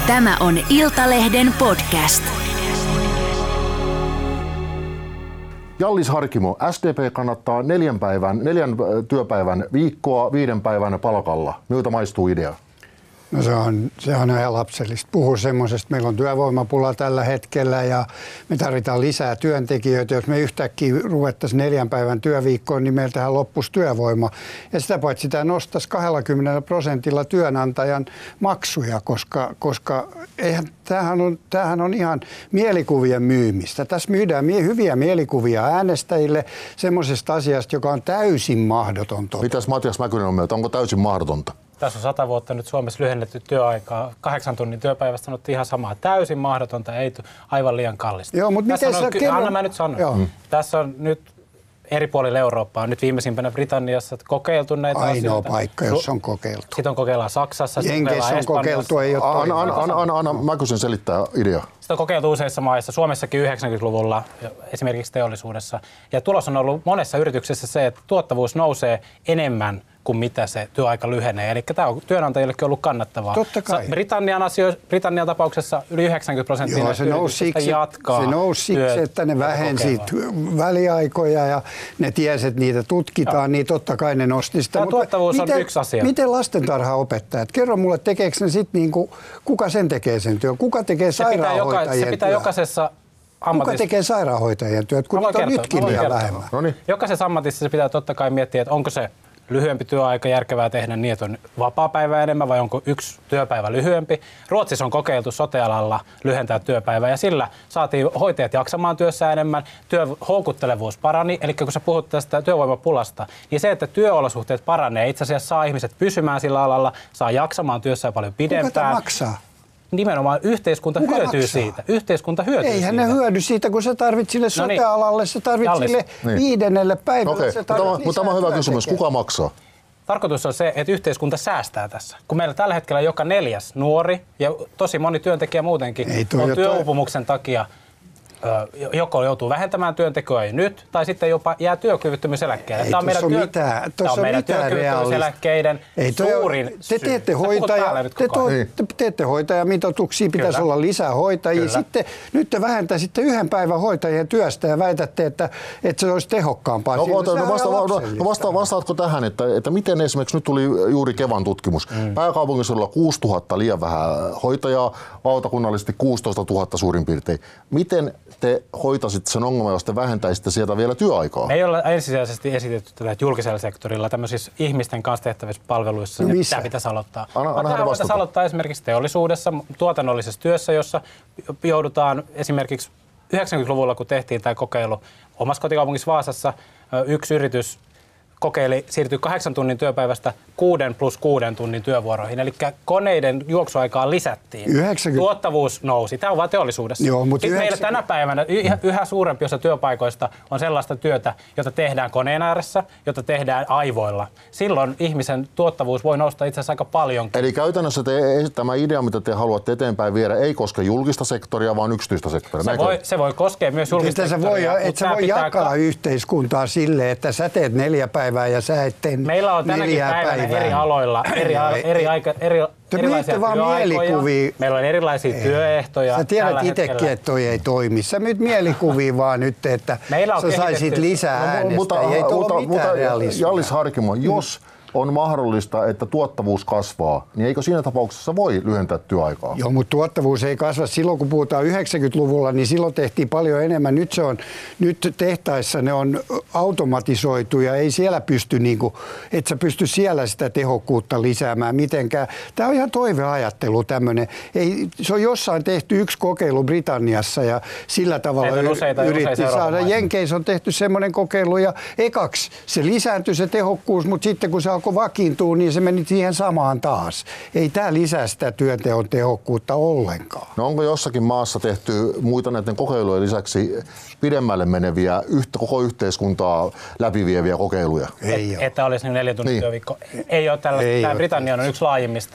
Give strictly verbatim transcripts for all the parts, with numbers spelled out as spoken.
Tämä on Iltalehden podcast. Jallis Harkimo, S D P kannattaa neljän, päivän, neljän työpäivän viikkoa viiden päivän palkalla. Miltä maistuu idea? No se on, se on ihan lapsellista. Puhuu semmoisesta, meillä on työvoimapula tällä hetkellä ja me tarvitaan lisää työntekijöitä. Jos me yhtäkkiä ruvettaisiin neljän päivän työviikkoon, niin meiltähän loppuisi työvoima. Ja sitä paitsi sitä nostaisi kaksikymmentä prosentilla työnantajan maksuja, koska, koska eihän, tämähän, on, tämähän on ihan mielikuvien myymistä. Tässä myydään mie- hyviä mielikuvia äänestäjille semmoisesta asiasta, joka on täysin mahdotonta. Mitäs Matias Mäkynen on mieltä? Onko täysin mahdotonta? Tässä on sata vuotta nyt Suomessa lyhennetty työaikaa. Kahdeksan tunnin työpäivästä sanottiin ihan samaa. Täysin mahdotonta, ei aivan liian kallista. Joo, mutta miten on, sä kerron? Anna mä nyt sanon. Mm. Tässä on nyt eri puolilla Eurooppaa, nyt viimeisimpänä Britanniassa kokeiltu näitä Ainoa asioita. Ainoa paikka, jossa on kokeiltu. Sitten on kokeillaan Saksassa. Jenkeissä on kokeiltu, ei ole Anna, anna, anna, anna, anna Mäkysen selittää idea. Sitä on kokeiltu useissa maissa, Suomessakin yhdeksänkymmentäluvulla esimerkiksi teollisuudessa. Ja tulos on ollut monessa yrityksessä se, että tuottavuus nousee enemmän kuin mitä se työaika lyhenee. Eli tämä on työnantajillekin ollut kannattavaa. Totta kai. Britannian, asio- Britannian tapauksessa yli yhdeksänkymmentä prosenttia Joo, se nousi siksi, jatkaa. Se nousi siksi, että ne vähensi väliaikoja ja ne tiesi, että niitä tutkitaan, Joo. niin totta kai ne nosti sitä. Tämä tuottavuus miten, on yksi asia. Miten lastentarhaopettajat? Kerro mulle, tekeekö ne sitten niinku, kuka sen tekee sen työn? Kuka tekee sairaanhoitajien työn? Se pitää jokaisessa ammatissa. Kuka tekee sairaanhoitajien työt, kun niitä on nytkin liian vähemmän? Noniin. Jokaisessa ammatissa se pitää totta kai miettiä, että onko se lyhyempi työaika järkevää tehdä niin, että on vapaapäivä enemmän vai onko yksi työpäivä lyhyempi. Ruotsissa on kokeiltu sote-alalla lyhentää työpäivää ja sillä saatiin hoitajat jaksamaan työssä enemmän, työn houkuttelevuus parani. Eli kun sä puhut tästä työvoimapulasta, niin se, että työolosuhteet paranee, itse asiassa saa ihmiset pysymään sillä alalla, saa jaksamaan työssä paljon pidempään. Kuka tämä maksaa? Nimenomaan yhteiskunta Kuka hyötyy maksaa? siitä. Yhteiskunta hyötyy Eihän siitä. ne hyödy siitä, kun sä tarvit sille No niin. sote-alalle, sä tarvit Jallis. sille Niin. viidennelle päivälle. Okei, Sä mutta tarvit mutta tämä on hyvä kysymys. työntekijää. Kuka maksaa? Tarkoitus on se, että yhteiskunta säästää tässä. Kun meillä tällä hetkellä joka neljäs nuori ja tosi moni työntekijä muutenkin Ei toi on jo työuupumuksen takia ö, joko joutuu vähentämään työntekoa jo nyt tai sitten jopa jää työkyvyttömyyseläkkeelle. Ei Tämä on meidän, tuossa työ, ole mitään, tämä on meidän työkyvyttömyyseläkkeiden suurin te teette, hoitaja, te, to, te teette hoitajamitoituksia, pitäisi Kyllä. olla lisää hoitajia. Kyllä. Sitten, nyt te vähentäisitte yhden päivän hoitajien työstä ja väitätte, että, että se olisi tehokkaampaa. No, Siinä oota, sehän no, on vasta, ihan no, lapsellista. vasta, vastaatko tähän, että, että miten esimerkiksi nyt tuli juuri Kevan tutkimus. Mm. Pääkaupungissa oli kuusituhatta liian vähän hoitajaa, valtakunnallisesti kuusitoistatuhatta suurin piirtein. Miten te hoitaisitte sen ongelman, jos te vähentäisitte sieltä vielä työaikaa? Me ei olla ensisijaisesti esitetty tätä, että julkisella sektorilla tämmöisissä ihmisten kanssa tehtävissä palveluissa No tämä pitäisi aloittaa. Anna, anna tämä voitaisiin aloittaa esimerkiksi teollisuudessa, tuotannollisessa työssä, jossa joudutaan esimerkiksi yhdeksänkymmentäluvulla, kun tehtiin tämä kokeilu omassa kotikaupungissa Vaasassa, yksi yritys kokeili siirtyä kahdeksan tunnin työpäivästä kuuden plus kuuden tunnin työvuoroihin. Eli koneiden juoksuaikaa lisättiin. yhdeksänkymmentä Tuottavuus nousi. Tämä on vaan teollisuudessa. Joo, mutta Sitten meillä yhdeksänkymmentä tänä päivänä yhä, yhä suurempi osa työpaikoista on sellaista työtä, jota tehdään koneen ääressä, jota tehdään aivoilla. Silloin ihmisen tuottavuus voi nousta itse asiassa aika paljon. Eli käytännössä te, tämä idea, mitä te haluatte eteenpäin viedä, ei koske julkista sektoria, vaan yksityistä sektoria. Se voi, se voi koskea myös julkista Että sä voi, sektoria. et sä voi jakaa yhteiskuntaa silleen, että sä teet neljä päivää ja sä et tee Meillä on tänäkin neljää päivänä päivää. eri aloilla eri, eri, aika, eri, Te erilaisia myytte vaan työaikoja. mielikuvia. Meillä on erilaisia ei. työehtoja. Sä tiedät tällä itsekin, hetkellä. että toi ei toimi. Sä myyt mielikuvia vaan nyt, että Meillä on sä saisit kehitetty- lisää No, äänestä. mutta, ei tuolla mutta, ole mitään mutta realismia. Jallis Harkimo, jos on mahdollista, että tuottavuus kasvaa, niin eikö siinä tapauksessa voi lyhentää työaikaa? Joo, mutta tuottavuus ei kasva. Silloin kun puhutaan yhdeksänkymmentäluvulla, niin silloin tehtiin paljon enemmän. Nyt, se on, nyt tehtaissa ne on automatisoitu ja ei siellä pysty, niin kuin, et sä pysty siellä sitä tehokkuutta lisäämään mitenkään. Tämä on ihan toiveajattelu tämmöinen. Ei, se on jossain tehty yksi kokeilu Britanniassa ja sillä tavalla Meitä on useita- yritti useita saada. Euroopan maissa. Jenkeissä on tehty semmoinen kokeilu ja ekaksi se lisääntyi se tehokkuus, mutta sitten kun se alkoi vakiintua, niin se meni siihen samaan taas. Ei tämä lisää sitä työnteon tehokkuutta ollenkaan. No onko jossakin maassa tehty muita näiden kokeilujen lisäksi pidemmälle meneviä, yhtä, koko yhteiskuntaa läpivieviä kokeiluja? Ei Et, ole. että olisi neljä tunnin Niin. työviikko. Ei ole tällaista. Ei Tämä ole. Britannia on yksi laajimmista.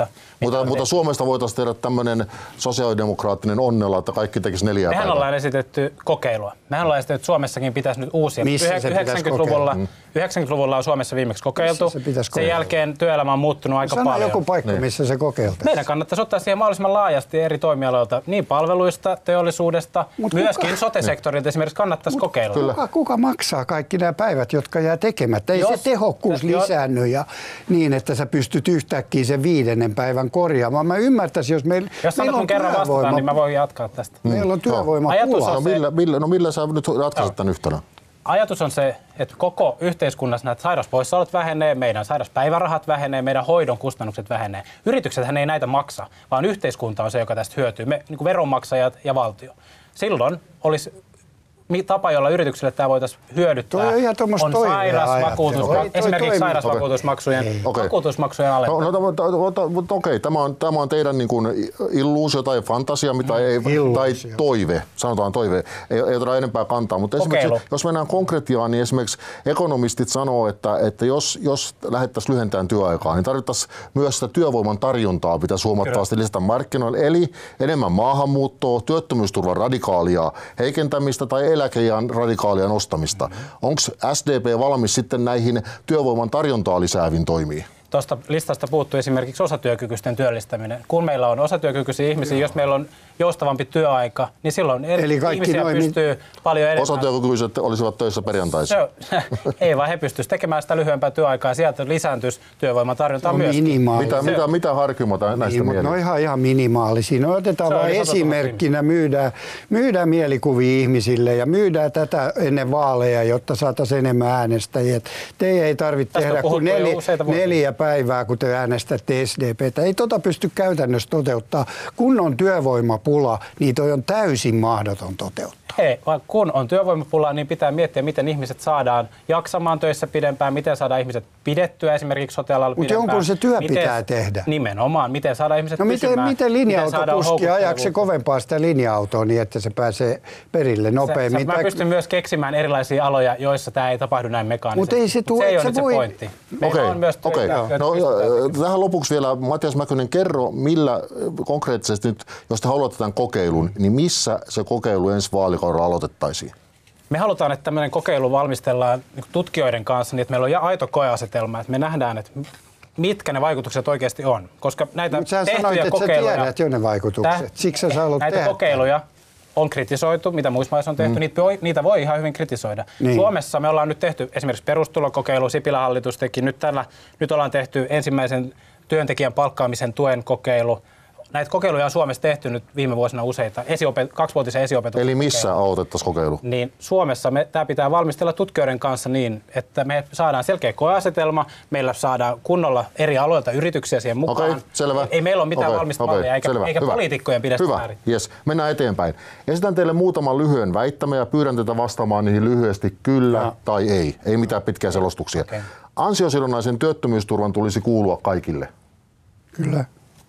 Mutta, mutta Suomesta voitaisiin tehdä tämmöinen sosiaalidemokraattinen onnella, että kaikki tekisi neljää Mehän päivää. ollaan esitetty kokeilua. Mehän ollaan esitetty, että Suomessakin pitäisi nyt uusia. Missä se yhdeksänkymmentäluvulla, yhdeksänkymmentäluvulla on Suomessa viimeksi kokeiltu. Missä se pitäisi Sen kokeilla? jälkeen työelämä on muuttunut aika Sano paljon. joku paikka, niin. missä se kokeiltaisiin. Meidän kannattaisi ottaa siihen mahdollisimman laajasti eri toimialoilta, niin palveluista, teollisuudesta, Mut myöskin kuka? sote-sektorilta esimerkiksi kannattaisi kokeilla. Kuka, kuka maksaa kaikki nämä päivät, jotka jää tekemättä? Ei Jos- se tehokkuus jo- lisäänny ja niin, että sä pystyt yhtäkkiä sen viidennen päivän korjaamaan. Mä ymmärtäisin, jos meillä, Jos meillä sanot mun kerran vastataan, niin mä voin jatkaa tästä. meillä on työvoimapula. Ajatus on No se- millä, millä, no millä sä nyt ratkaiset tämän yhtälön? Ajatus on se, että koko yhteiskunnassa näitä sairauspoissaolot vähenee, meidän sairauspäivärahat vähenee, meidän hoidon kustannukset vähenee. Yrityksethän ei näitä maksa, vaan yhteiskunta on se, joka tästä hyötyy, me niin kuin veronmaksajat ja valtio. Silloin olisi mi- tapa, jolla yrityksille tämä voitaisiin hyödyttää, Toi on ihan tommoista on toivea sairausvakuutus, ajattelua. Ei toi esimerkiksi toimi. sairausvakuutusmaksujen, Okei. vakuutusmaksujen No, alentaminen. no, mutta, mutta, mutta okei, tämä on, tämä on teidän niin kuin illuusio tai fantasia, mitä ei, tai Illuusio. toive, sanotaan toive, ei, ei ota enempää kantaa. Mutta esimerkiksi, Kokeilu. jos mennään konkretiaan, niin esimerkiksi ekonomistit sanoo, että, että jos, jos lähdettäisiin lyhentämään työaikaa, niin tarvittaisiin myös sitä työvoiman tarjontaa, pitäisi huomattavasti lisätä markkinoille, eli enemmän maahanmuuttoa, työttömyysturvan radikaalia heikentämistä tai eläkeiän radikaalia nostamista. Onko S D P valmis sitten näihin työvoiman tarjontaa lisääviin toimiin? Tuosta listasta puuttuu esimerkiksi osatyökykyisten työllistäminen. Kun meillä on osatyökykyisiä ihmisiä, jos meillä on joustavampi työaika, niin silloin eri Eli kaikki ihmisiä noin- pystyy paljon enemmän. Osatyökykyiset olisivat töissä perjantaisin. Se on, ei vaan he pystyisivät tekemään sitä lyhyempää työaikaa ja sieltä lisääntyisi työvoiman tarjontaa on myöskin. minimaalisia. Mitä, mitä, mitä Harkimo tä- näistä Niin, mutta mieli? ne on ihan, ihan minimaalisia. No otetaan Se on vain iso totuus. esimerkkinä, myydään, myydään mielikuvia ihmisille ja myydään tätä ennen vaaleja, jotta saataisiin enemmän äänestäjiä. Et Teidän ei tarvitse Tästä on tehdä kuin puhuttu jo neljä, useita vuosia. neljä päivää, kun te äänestätte S D P:tä. Ei tota pysty käytännössä toteuttaa. Kun on työvoimapula, niin toi on täysin mahdoton toteuttaa. Hei, vaan kun on työvoimapulaa, niin pitää miettiä, miten ihmiset saadaan jaksamaan töissä pidempään, miten saadaan ihmiset pidettyä esimerkiksi sote-alalla Mut pidempään. jonkun se työ miten, pitää tehdä. Nimenomaan, miten saadaan ihmiset No miten, pysymään. miten linja-autokuski ajaako se houkuttelevuutta. kovempaa sitä linja-autoa niin, että se pääsee perille nopeammin? Se, se, mä Tai- pystyn myös keksimään erilaisia aloja, joissa tämä ei tapahdu näin mekaanisesti. Mut ei se tuu- se ei et ole sä nyt se voi- pointti. Meillä Okei, on myös okei. töitä, joita No, pystytään tekemään. tähän lopuksi vielä, Matias Mäkynen, kerro, millä konkreettisesti nyt, jos te haluatte tämän kokeilun, niin missä se kokeilu ensi vaalikaudella aloitettaisiin? Me halutaan, että tämmöinen kokeilu valmistellaan niin tutkijoiden kanssa niin, että meillä on ja aito koeasetelma, että me nähdään, että mitkä ne vaikutukset oikeasti on. Koska näitä Mutta sä tehtyjä sanoit, että sä kokeiluja, tiedät jo ne vaikutukset. Täh- Siksi sä haluat näitä tehdä. kokeiluja on kritisoitu, mitä muissa maissa on tehty, mm. niitä, voi, niitä voi ihan hyvin kritisoida. Niin. Suomessa me ollaan nyt tehty esimerkiksi perustulokokeilu, Sipilän hallitus teki, nyt, tällä, nyt ollaan tehty ensimmäisen työntekijän palkkaamisen tuen kokeilu. Näitä kokeiluja on Suomessa tehty nyt viime vuosina useita, esiopet- kaksivuotisen esiopetuksen Eli missä kokeilu. aloitettaisiin kokeilu? Niin Suomessa me, tämä pitää valmistella tutkijoiden kanssa niin, että me saadaan selkeä koeasetelma, meillä saadaan kunnolla eri aloilta yrityksiä siihen mukaan. Okei, selvä. Ei meillä ole mitään Okei, valmista okei, mallia, eikä, selvä, eikä hyvä. poliitikkojen pidä sitä Hyvä, määrittää. jes. Mennään eteenpäin. Esitän teille muutaman lyhyen väittämän ja pyydän teitä vastaamaan niihin lyhyesti kyllä No. tai ei. Ei mitään pitkiä selostuksia. Okei. Ansiosidonnaisen työttömyysturvan tulisi kuulua kaikille. Kyllä.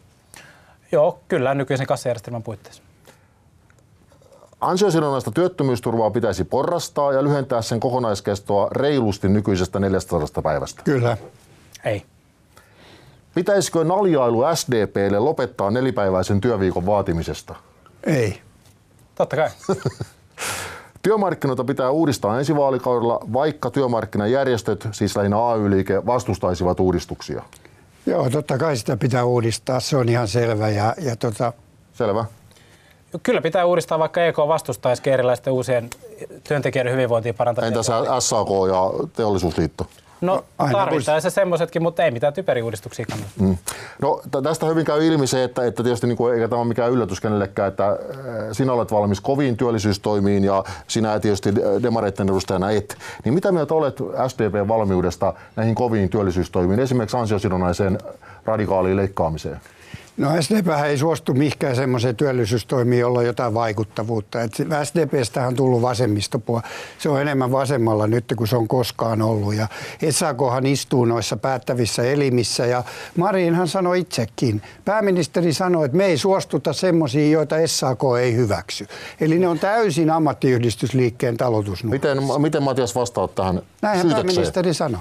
Joo, kyllä nykyisen kassajärjestelmän puitteissa. Ansiosidonnaista työttömyysturvaa pitäisi porrastaa ja lyhentää sen kokonaiskestoa reilusti nykyisestä neljästäsadasta päivästä. Kyllä. Ei. Pitäisikö naljailu S D P:lle lopettaa nelipäiväisen työviikon vaatimisesta? Ei. Totta kai. Työmarkkinoita pitää uudistaa ensi vaalikaudella, vaikka työmarkkinajärjestöt, siis lähinnä A Y-liike, vastustaisivat uudistuksia. Joo, totta kai sitä pitää uudistaa, se on ihan selvä. Ja, ja tota, Selvä. Kyllä pitää uudistaa, vaikka E K vastustaisikin erilaisten uusien työntekijöiden hyvinvointia parantavia. Entäs S A K ja Teollisuusliitto? No aina tarvitaan se semmoisetkin, mutta ei mitään typeriuudistuksia kannata. Mm. No, t- tästä hyvin käy ilmi se, että, että tietysti niin kuin, eikä tämä ole mikään yllätys kenellekään, että äh, sinä olet valmis koviin työllisyystoimiin ja sinä tietysti demareitten edustajana et. Niin mitä mieltä olet S D P:n valmiudesta näihin koviin työllisyystoimiin, esimerkiksi ansiosidonnaiseen radikaaliin leikkaamiseen? no S D P ei suostu mihinkään semmoiseen työllisyystoimiin, jolla on jotain vaikuttavuutta. Et S D P:stä on tullut vasemmistopuolue. Se on enemmän vasemmalla nyt kuin se on koskaan ollut. Ja S A K:han istuu noissa päättävissä elimissä ja Marinhan sanoi itsekin. Pääministeri sanoi, että me ei suostuta semmoisiin, joita S A K ei hyväksy. Eli ne on täysin ammattiyhdistysliikkeen talutusnuora. Miten, miten Matias vastaat tähän Näinhän syytökseen? pääministeri sanoi.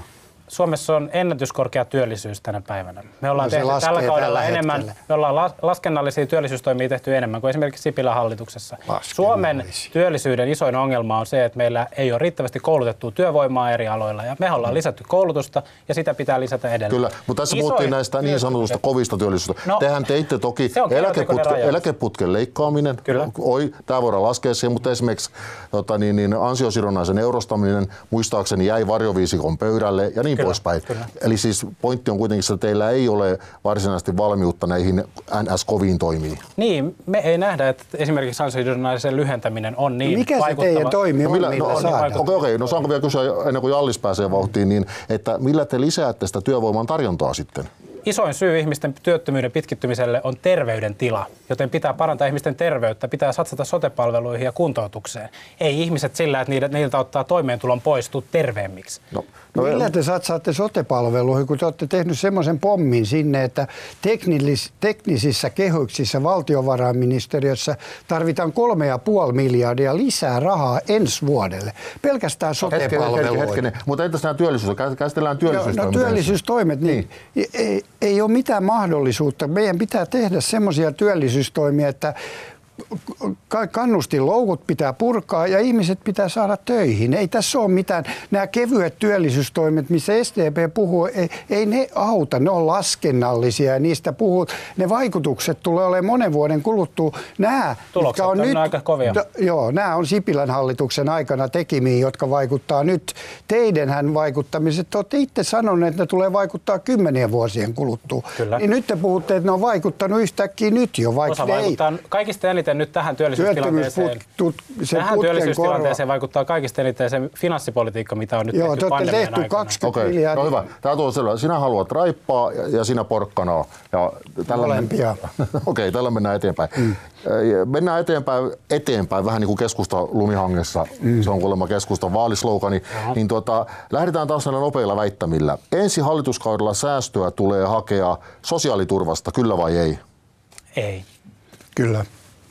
Suomessa on ennätyskorkea työllisyys tänä päivänä. Me ollaan No se tehty tällä kaudella tällä enemmän, hetkellä. me ollaan las, laskennallisia työllisyystoimia tehty enemmän kuin esimerkiksi Sipilän hallituksessa. Suomen työllisyyden isoin ongelma on se, että meillä ei ole riittävästi koulutettua työvoimaa eri aloilla ja me ollaan lisätty koulutusta ja sitä pitää lisätä edelleen. Kyllä, mutta tässä Isoin puhuttiin näistä niin sanotusta kovista työllisyydestä. No, Tehän teitte toki eläkeputken, eläkeputken leikkaaminen. Kyllä. Oi, tämä voidaan laskea siihen, mutta esimerkiksi tota, niin, niin, ansiosidonnaisen eurostaminen muistaakseni jäi varjoviisikon pöydälle ja niin Kyllä, poispäin. kyllä. Eli siis pointti on kuitenkin, että teillä ei ole varsinaisesti valmiutta näihin N S-koviin toimiin. Niin, me ei nähdä, että esimerkiksi ansiosidonnaisen lyhentäminen on niin Mikä se vaikuttava. teidän toimi No on, millä, millä no, saadaan? okei, okei, no saanko vielä kysyä ennen kuin Jallis pääsee vauhtiin, niin että millä te lisäätte sitä työvoiman tarjontaa sitten? Isoin syy ihmisten työttömyyden pitkittymiselle on terveydentila, joten pitää parantaa ihmisten terveyttä, pitää satsata sote-palveluihin ja kuntoutukseen. Ei ihmiset sillä, että niiltä, niiltä ottaa toimeentulon pois, tuu terveemmiksi. No, no, Millä te satsaatte sote-palveluihin, kun te olette tehnyt semmoisen pommin sinne, että teknilis, teknisissä kehyksissä valtiovarainministeriössä tarvitaan kolme ja puoli miljardia lisää rahaa ensi vuodelle. Pelkästään sote-palveluihin. Hetkinen, mutta entäs nämä työllisyys? Käsitellään No, työllisyystoimet. no työllisyystoimet, niin, niin. Ei, ei ole mitään mahdollisuutta. Meidän pitää tehdä semmoisia työllisyystoimia, että kannustinloukut pitää purkaa ja ihmiset pitää saada töihin. Ei tässä ole mitään. Nämä kevyet työllisyystoimet, missä S D P puhuu, ei, ei ne auta. Ne on laskennallisia ja niistä puhuu. Ne vaikutukset tulee olemaan monen vuoden kuluttua. Nämä, Tulokset on nyt, aika kovia. No, joo, nämä on Sipilän hallituksen aikana tekemiä, jotka vaikuttaa nyt. Teidänhän vaikuttamiset, te olette itse sanoneet, että ne tulee vaikuttaa kymmenien vuosien kuluttua. Kyllä. Niin nyt te puhutte, että ne on vaikuttanut yhtäkkiä nyt jo, vaikka Osa ne ei. vaikuttaa kaikista eniten nyt tähän työllisyystilanteeseen. Se tähän työllisyystilanteeseen vaikuttaa kaikista eniten se finanssipolitiikka, mitä on nyt Joo, tehty pandemian tehty aikana. kaksikymmentä Okei, miljardia. no hyvä. Tämä tuo selvä. Sinä haluat raippaa ja, ja sinä porkkanaa. Ja tällä Molempia. Okei, tällä mennään eteenpäin. Mm. Mennään eteenpäin, eteenpäin vähän niin kuin keskusta lumihangessa. Mm. Se on kuulemma keskustan vaalislogani. Niin tuota, lähdetään taas näillä nopeilla väittämillä. Ensi hallituskaudella säästöä tulee hakea sosiaaliturvasta, kyllä vai ei? Ei. Kyllä.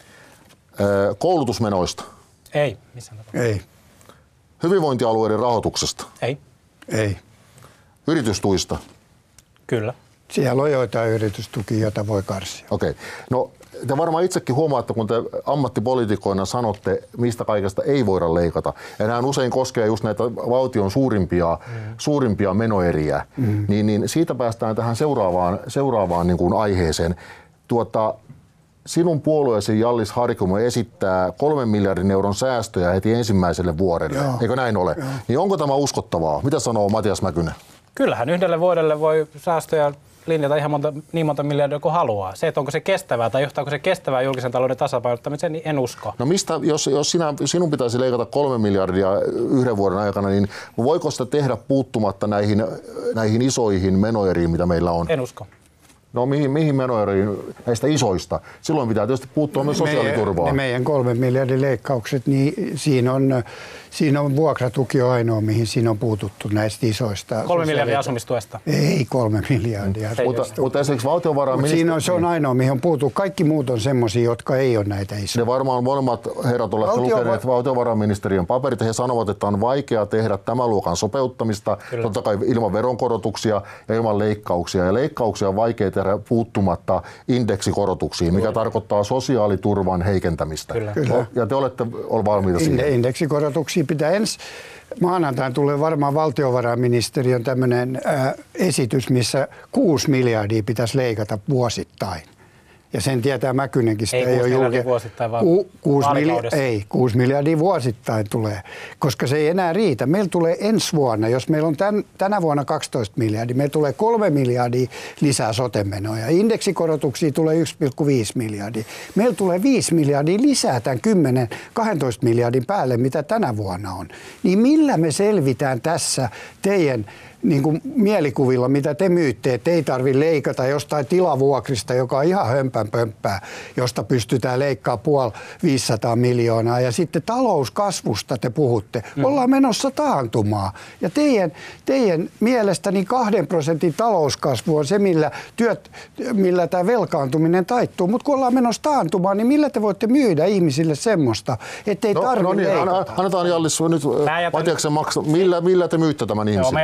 Koulutusmenoista. Ei. Missään tapauksessa. Ei. Hyvinvointialueiden rahoituksesta. Ei. Ei. Yritystuista. Kyllä. Siellä on joitain yritystukia, joita voi karsia. Okei. Okay. No te varmaan itsekin huomaatte, kun te ammattipoliitikoina sanotte, mistä kaikesta ei voida leikata. Ja nämä usein koskee just näitä valtion suurimpia, mm. suurimpia menoeriä. Mm. Niin, niin siitä päästään tähän seuraavaan, seuraavaan niin kuin aiheeseen. Tuota, sinun puolueesi Hjallis Harkimo esittää kolmen miljardin euron säästöjä heti ensimmäiselle vuodelle. Joo. Eikö näin ole? Joo. Niin onko tämä uskottavaa? Mitä sanoo Matias Mäkynen? Kyllähän yhdelle vuodelle voi säästöjä linjata ihan monta, niin monta miljardia kuin haluaa. Se, että onko se kestävää tai johtaako se kestävää julkisen talouden tasapainottamiseen, niin en usko. No mistä, jos, jos sinä, sinun pitäisi leikata kolme miljardia yhden vuoden aikana, niin voiko sitä tehdä puuttumatta näihin, näihin isoihin menoeriin, mitä meillä on? En usko. No mihin, mihin menoeriin näistä isoista? Silloin pitää tietysti puuttua myös sosiaaliturvaan. Ne meidän kolmen miljardin leikkaukset, niin siinä on, siinä on vuokratuki on ainoa, mihin siinä on puututtu näistä isoista. Kolme miljardia asumistuesta. Ei kolme miljardia. Mm. Mutta, mutta esimerkiksi valtiovarainministeri... Siinä on, se on ainoa, mihin on puututtu. Kaikki muut on semmoisia, jotka ei ole näitä isoja. Ne varmaan molemmat herrat olette Valtiova... lukeneet valtiovarainministeriön paperit. He sanovat, että on vaikea tehdä tämän luokan sopeuttamista, Kyllä. totta kai ilman veronkorotuksia ja ilman leikkauksia. Ja leikkauksia on vaikea tehdä puuttumatta indeksikorotuksiin, mikä Kyllä. tarkoittaa sosiaaliturvan heikentämistä. Kyllä. Kyllä. Ja te olette valmiita siihen. Indeksikorotuksia pitää ensi maanantain tulee varmaan valtiovarainministeriön tämmöinen ää, esitys, missä kuusi miljardia pitäisi leikata vuosittain. Ja sen tietää Mäkynenkin. Sitä ei, ei kuusi miljardia vuosittain, vaan Ku, kuusi vaalikaudessa. Milja- ei, kuusi miljardia vuosittain tulee, koska se ei enää riitä. Meillä tulee ensi vuonna, jos meillä on tän, tänä vuonna kaksitoista miljardia, meillä tulee kolme miljardia lisää sote-menoja. Indeksikorotuksia tulee yksi pilkku viisi miljardia. Meillä tulee viisi miljardia lisää tämän kymmenen kaksitoista miljardin päälle, mitä tänä vuonna on. Niin millä me selvitään tässä teidän niin kuin mielikuvilla, mitä te myytte, että ei tarvitse leikata jostain tilavuokrista, joka on ihan hömpänpömppää, josta pystytään leikkaamaan puoli viisisataa miljoonaa. Ja sitten talouskasvusta te puhutte. Mm. Ollaan menossa taantumaan. Ja teidän, teidän mielestäni kahden prosentin talouskasvu on se, millä, työt, millä tämä velkaantuminen taittuu. Mutta kun ollaan menossa taantumaan, niin millä te voitte myydä ihmisille semmoista, ettei no, tarvitse no niin, leikata? Annetaan Hjallis nyt Matiaksen maksaa. Millä, millä te myytte tämän ihmisille? Joo, mä jätän liikenne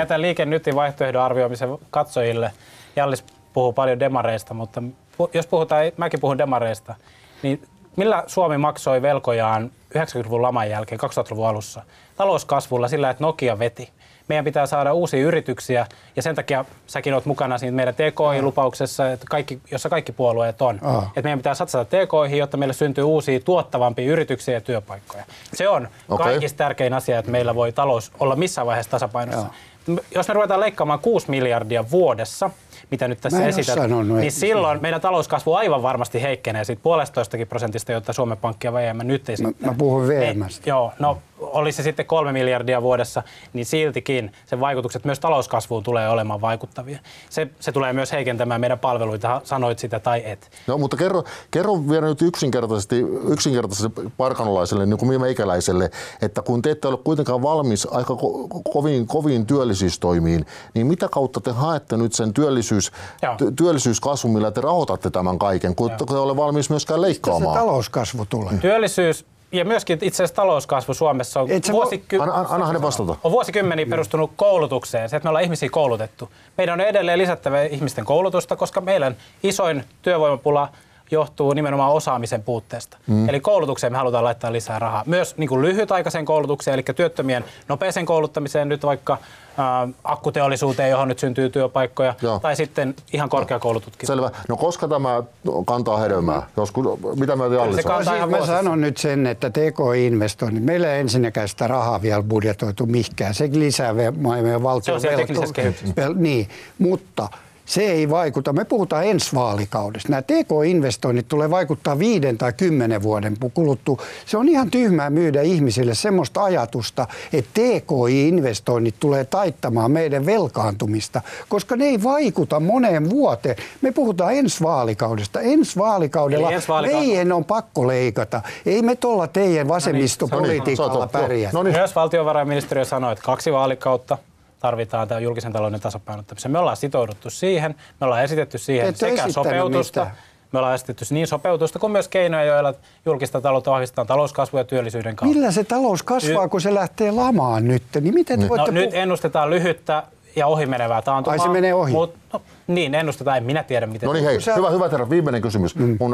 Liike Nytin vaihtoehdon arvioimisen katsojille. Jallis puhuu paljon demareista, mutta jos puhutaan, mäkin puhun demareista, niin millä Suomi maksoi velkojaan yhdeksänkymmentäluvun laman jälkeen, kaksituhattaluvun alussa? Talouskasvulla sillä, että Nokia veti. Meidän pitää saada uusia yrityksiä ja sen takia säkin olet mukana siinä meidän T K I-lupauksessa, että kaikki, jossa kaikki puolueet on. Oh. Että meidän pitää satsata T K I:hin, jotta meille syntyy uusia tuottavampia yrityksiä ja työpaikkoja. Se on okay. Kaikista tärkein asia, että meillä voi talous olla missään vaiheessa tasapainossa. Oh. Jos me ruvetaan leikkaamaan kuusi miljardia vuodessa, mitä nyt tässä esität, niin silloin meidän talouskasvu aivan varmasti heikkenee siitä puolestoistakin prosentista, jotta Suomen Pankki ja V M nyt ei mä, mä puhun V M:stä. Joo, no olisi se sitten kolme miljardia vuodessa, niin siltikin sen vaikutukset myös talouskasvuun tulee olemaan vaikuttavia. Se, se tulee myös heikentämään meidän palveluita, sanoit sitä tai et. No, mutta kerro, kerro vielä nyt yksinkertaisesti, yksinkertaisesti parkanolaiselle, niin kuin meikäläiselle, että kun te ette ole kuitenkaan valmis aika ko- koviin, koviin työllisyystoimiin, niin mitä kautta te haette nyt sen työllisyys, ty, työllisyyskasvun, millä te rahoitatte tämän kaiken, kun te ole valmis myöskään leikkaamaan? Se talouskasvu tulee. Työllisyys ja myöskin itse asiassa talouskasvu Suomessa on, vuosiky- anna, anna hänen vastata. on vuosikymmeniä perustunut koulutukseen, se, että me ollaan ihmisiä koulutettu. Meidän on edelleen lisättävä ihmisten koulutusta, koska meidän isoin työvoimapula johtuu nimenomaan osaamisen puutteesta. Mm. Eli koulutukseen me halutaan laittaa lisää rahaa. Myös niin kuin lyhytaikaisen koulutukseen, eli työttömien nopeeseen kouluttamiseen, nyt vaikka äh, akkuteollisuuteen, johon nyt syntyy työpaikkoja, Joo. tai sitten ihan korkeakoulututkinto. Selvä. No koska tämä kantaa hedelmää? Joskus, mitä me Jallis on? Mä sanon nyt sen, että T K I-investoinnit, meillä ei ensinnäkään sitä rahaa vielä budjetoitu mihinkään. Se lisää meidän valtion Se on siellä teknisessä kehyksessä. Niin, mutta se ei vaikuta. Me puhutaan ensi vaalikaudesta. Nämä T K-investoinnit tulee vaikuttaa viiden tai kymmenen vuoden kuluttua. Se on ihan tyhmää myydä ihmisille semmoista ajatusta, että T K-investoinnit tulee taittamaan meidän velkaantumista, koska ne ei vaikuta moneen vuoteen. Me puhutaan ensi vaalikaudesta. Ensi vaalikaudella ensi vaalikaudella meidän on pakko leikata. Ei me tuolla teidän vasemmistopolitiikalla pärjää. No niin. Myös valtiovarainministeriö sanoi, että kaksi vaalikautta tarvitaan tämä julkisen talouden tasapainottamisen. Me ollaan sitouduttu siihen, me ollaan esitetty siihen Ette sekä sopeutusta, mitään. Me ollaan esitetty niin sopeutusta kuin myös keinoja, joilla julkista taloutta vahvistetaan talouskasvua ja työllisyyden kautta. Millä se talous kasvaa, y- kun se lähtee lamaan nyt? Niin miten te no, voitte nyt ennustetaan lyhyttä ja ohimenevää taantumaa. Ai se menee ohi? Mut, no, niin, ennustetaan. En minä tiedä, miten. No niin, hei, sä... hyvä, hyvä herra, viimeinen kysymys. Mm. Mun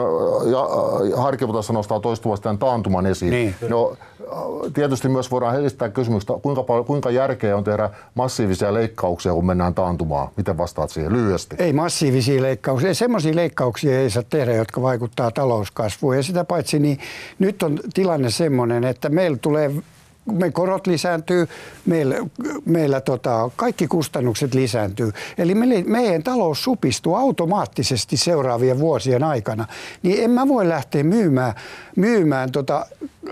ja, Harkimo tässä nostaa toistuvasti tämän taantuman esiin. Niin. No, tietysti myös voidaan esittää kysymystä, kuinka, kuinka järkeä on tehdä massiivisia leikkauksia, kun mennään taantumaan. Miten vastaat siihen lyhyesti? Ei massiivisia leikkauksia. Semmoisia leikkauksia ei saa tehdä, jotka vaikuttaa talouskasvuun. Ja sitä paitsi, niin nyt on tilanne semmoinen, että meillä tulee me korot lisääntyy, meillä, meillä tota, kaikki kustannukset lisääntyy. Eli me, meidän talous supistuu automaattisesti seuraavien vuosien aikana. Niin en mä voi lähteä myymään, myymään tota,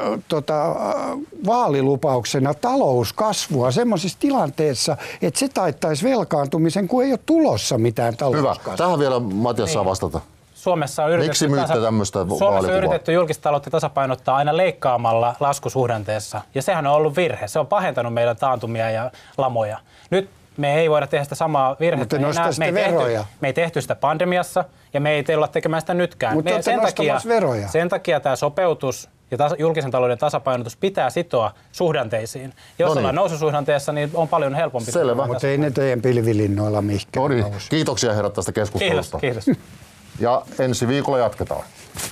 tota, vaalilupauksena talouskasvua semmoisessa tilanteessa, että se taittaisi velkaantumisen, kun ei ole tulossa mitään talouskasvua. Hyvä. Tähän vielä Matias saa vastata. Suomessa on yritetty, tasa- Suomessa on yritetty julkista taloutta tasapainottaa aina leikkaamalla laskusuhdanteessa. Ja sehän on ollut virhe. Se on pahentanut meidän taantumia ja lamoja. Nyt me ei voida tehdä sitä samaa virhettä. Me, me, ei tehty, me ei tehty sitä pandemiassa ja me ei olla tekemään sitä nytkään. Mutta me, sen, takia, veroja. sen takia tämä sopeutus ja tas- julkisen talouden tasapainotus pitää sitoa suhdanteisiin. Jos Noniin. ollaan noususuhdanteessa, niin on paljon helpompi. Selvä. Mutta ei ne teidän pilvilinnoilla mihinkään. Noniin. Kiitoksia herrat tästä keskustelusta. Kiitos. Kiitos. Ja ensi viikolla jatketaan.